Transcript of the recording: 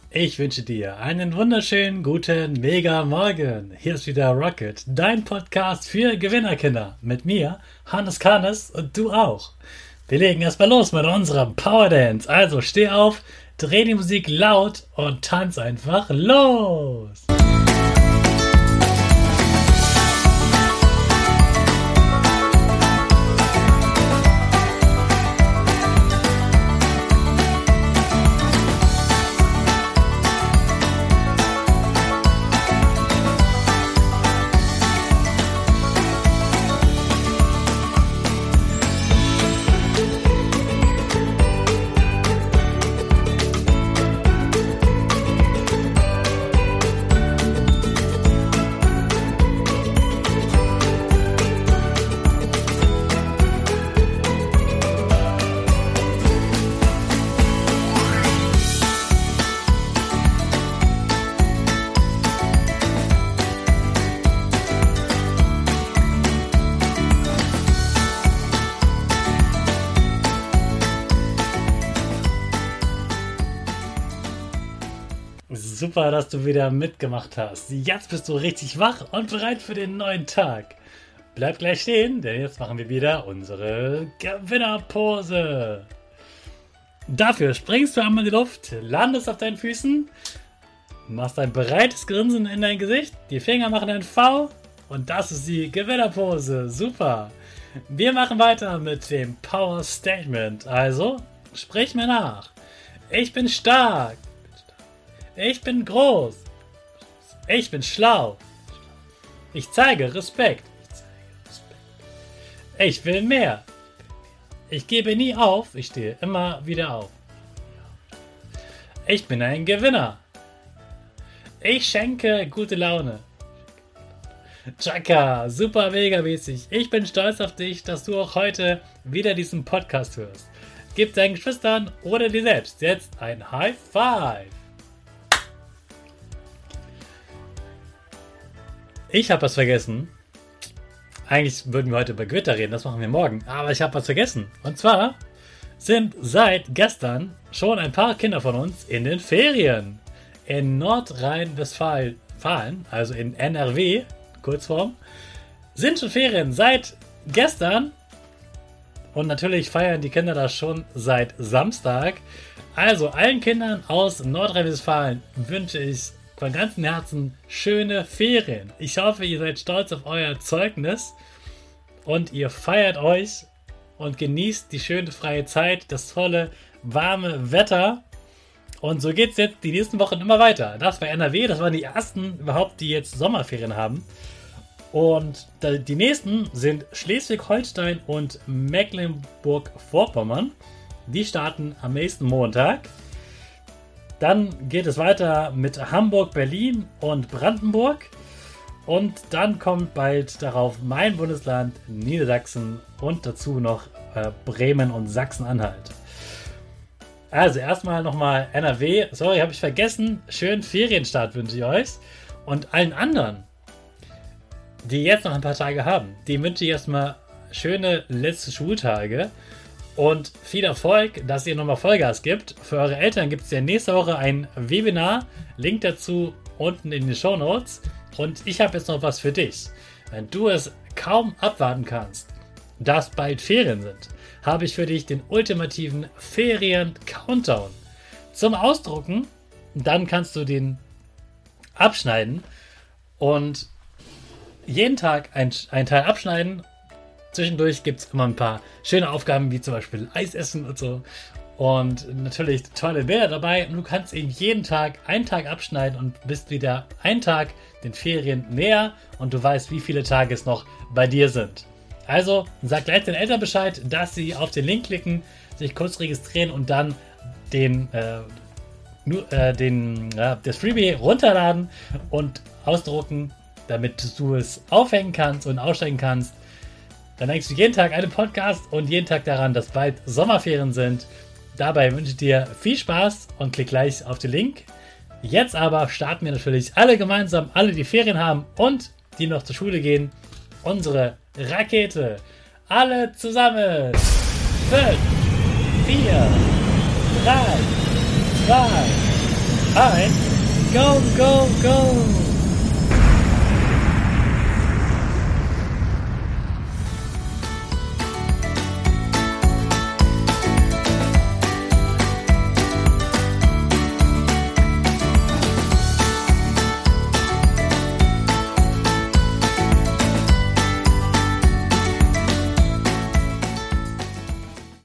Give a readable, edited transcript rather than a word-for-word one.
Ich wünsche dir einen wunderschönen, guten, mega Morgen. Hier ist wieder Rocket, dein Podcast für Gewinnerkinder. Mit mir, Hannes Karnes, und du auch. Wir legen erstmal los mit unserem Power Dance. Also steh auf, dreh die Musik laut und tanz einfach los. Super, dass du wieder mitgemacht hast. Jetzt bist du richtig wach und bereit für den neuen Tag. Bleib gleich stehen, denn jetzt machen wir wieder unsere Gewinnerpose. Dafür springst du einmal in die Luft, landest auf deinen Füßen, machst ein breites Grinsen in dein Gesicht, die Finger machen ein V und das ist die Gewinnerpose. Super. Wir machen weiter mit dem Power Statement. Also, sprich mir nach. Ich bin stark. Ich bin groß. Ich bin schlau. Ich zeige Respekt. Ich will mehr. Ich gebe nie auf. Ich stehe immer wieder auf. Ich bin ein Gewinner. Ich schenke gute Laune. Chaka, super mega mäßig. Ich bin stolz auf dich, dass du auch heute wieder diesen Podcast hörst. Gib deinen Geschwistern oder dir selbst jetzt ein High Five. Ich habe was vergessen. Eigentlich würden wir heute über Gewitter reden, das machen wir morgen. Aber ich habe was vergessen. Und zwar sind seit gestern schon ein paar Kinder von uns in den Ferien. In Nordrhein-Westfalen, also in NRW, Kurzform, sind schon Ferien seit gestern. Und natürlich feiern die Kinder das schon seit Samstag. Also allen Kindern aus Nordrhein-Westfalen wünsche ich von ganzem Herzen schöne Ferien. Ich hoffe, ihr seid stolz auf euer Zeugnis und ihr feiert euch und genießt die schöne freie Zeit, das tolle, warme Wetter. Und so geht es jetzt die nächsten Wochen immer weiter. Das war NRW, das waren die ersten überhaupt, die jetzt Sommerferien haben. Und die nächsten sind Schleswig-Holstein und Mecklenburg-Vorpommern. Die starten am nächsten Montag. Dann geht es weiter mit Hamburg, Berlin und Brandenburg. Und dann kommt bald darauf mein Bundesland, Niedersachsen und dazu noch Bremen und Sachsen-Anhalt. Also erstmal nochmal NRW. Sorry, habe ich vergessen. Schönen Ferienstart wünsche ich euch. Und allen anderen, die jetzt noch ein paar Tage haben, die wünsche ich erstmal schöne letzte Schultage. Und viel Erfolg, dass ihr nochmal Vollgas gibt. Für eure Eltern gibt es ja nächste Woche ein Webinar. Link dazu unten in den Shownotes. Und ich habe jetzt noch was für dich. Wenn du es kaum abwarten kannst, dass bald Ferien sind, habe ich für dich den ultimativen Ferien-Countdown zum Ausdrucken. Dann kannst du den abschneiden und jeden Tag ein Teil abschneiden. Zwischendurch gibt es immer ein paar schöne Aufgaben, wie zum Beispiel Eis essen und so. Und natürlich tolle Bilder dabei. Und du kannst eben jeden Tag einen Tag abschneiden und bist wieder einen Tag den Ferien näher. Und du weißt, wie viele Tage es noch bei dir sind. Also sag gleich den Eltern Bescheid, dass sie auf den Link klicken, sich kurz registrieren und dann das Freebie runterladen und ausdrucken, damit du es aufhängen kannst und aussteigen kannst. Dann denkst du jeden Tag einen Podcast und jeden Tag daran, dass bald Sommerferien sind. Dabei wünsche ich dir viel Spaß und klick gleich auf den Link. Jetzt aber starten wir natürlich alle gemeinsam, alle die Ferien haben und die noch zur Schule gehen, unsere Rakete. Alle zusammen. 5, 4, 3, 2, ein Go, Go, Go!